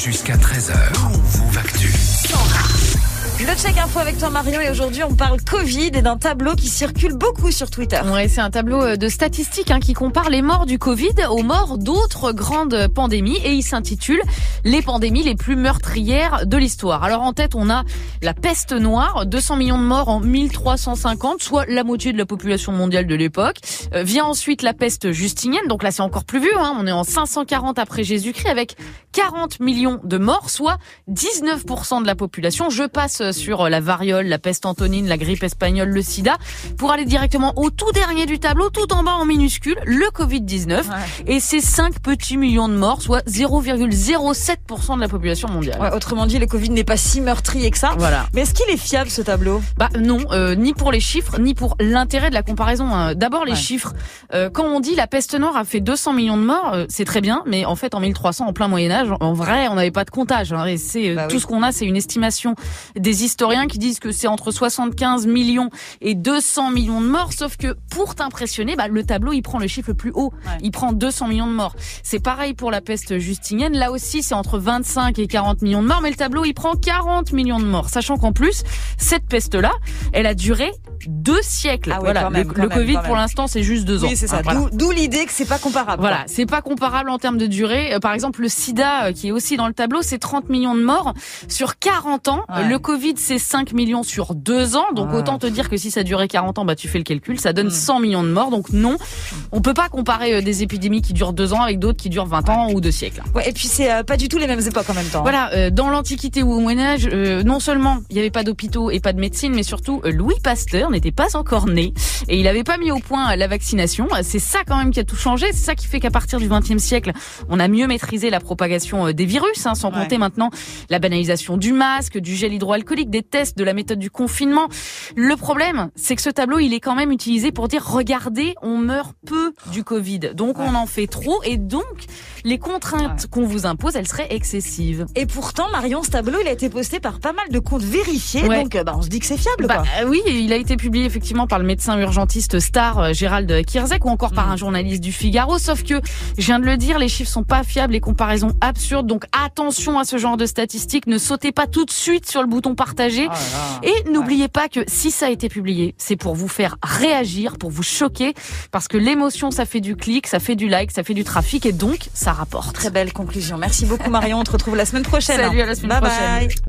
Jusqu'à 13h, Move Actu. Le check info avec toi Marion et aujourd'hui on parle Covid et d'un tableau qui circule beaucoup sur Twitter. Ouais, c'est un tableau de statistiques qui compare les morts du Covid aux morts d'autres grandes pandémies et il s'intitule « Les pandémies les plus meurtrières de l'histoire ». Alors en tête on a la peste noire, 200 millions de morts en 1350, soit la moitié de la population mondiale de l'époque. Vient ensuite la peste justinienne, donc là c'est encore plus vieux, on est en 540 après Jésus-Christ avec 40 millions de morts, soit 19% de la population. Je passe sur la variole, la peste antonine, la grippe espagnole, le sida, pour aller directement au tout dernier du tableau, tout en bas en minuscule, le Covid-19. Ouais. Et c'est 5 petits millions de morts, soit 0,07% de la population mondiale. Ouais, autrement dit, le Covid n'est pas si meurtrier que ça. Voilà. Mais est-ce qu'il est fiable ce tableau ? Non, ni pour les chiffres, ni pour l'intérêt de la comparaison. D'abord les chiffres. Quand on dit la peste noire a fait 200 millions de morts, c'est très bien, mais en fait en 1300, en plein Moyen-Âge, en vrai, on n'avait pas de comptage. Et c'est tout ce qu'on a, c'est une estimation des historiens qui disent que c'est entre 75 millions et 200 millions de morts, sauf que pour t'impressionner, le tableau il prend le chiffre le plus haut, il prend 200 millions de morts. C'est pareil pour la peste justinienne, là aussi c'est entre 25 et 40 millions de morts, mais le tableau il prend 40 millions de morts, sachant qu'en plus, cette peste-là, elle a duré 2 siècles. Voilà, le Covid pour l'instant c'est juste 2 ans. Oui, c'est ça. D'où l'idée que c'est pas comparable. Voilà, c'est pas comparable en termes de durée. Par exemple, le sida qui est aussi dans le tableau, c'est 30 millions de morts sur 40 ans. Le Covid, c'est 5 millions sur 2 ans. Donc autant te dire que si ça durait 40 ans, tu fais le calcul, ça donne 100 millions de morts. Donc non, on peut pas comparer des épidémies qui durent 2 ans avec d'autres qui durent 20 ans ou 2 siècles. Ouais, et puis c'est pas du tout les mêmes époques en même temps. Voilà, dans l'Antiquité ou au Moyen-Âge, non seulement il y avait pas d'hôpitaux et pas de médecine, mais surtout Louis Pasteur n'était pas encore né et il avait pas mis au point la vaccination. C'est ça quand même qui a tout changé. C'est ça qui fait qu'à partir du XXe siècle, on a mieux maîtrisé la propagation des virus, sans compter maintenant la banalisation du masque, du gel hydroalcoolique, des tests, de la méthode du confinement. Le problème, c'est que ce tableau, il est quand même utilisé pour dire, regardez, on meurt peu du Covid. Donc on en fait trop et donc les contraintes qu'on vous impose, elles seraient excessives. Et pourtant, Marion, ce tableau, il a été posté par pas mal de comptes vérifiés, donc on se dit que c'est fiable. Oui, il a été publié effectivement par le médecin urgentiste star Gérald Kierzek ou encore par un journaliste du Figaro, sauf que, je viens de le dire, les chiffres sont pas fiables, les comparaisons absurdes, donc attention à ce genre de statistiques, ne sautez pas tout de suite sur le bouton partager et n'oubliez pas que si ça a été publié, c'est pour vous faire réagir, pour vous choquer, parce que l'émotion, ça fait du clic, ça fait du like, ça fait du trafic et donc ça rapporte. Très belle conclusion. Merci beaucoup Marion, on te retrouve la semaine prochaine. Salut, à la semaine prochaine. Bye.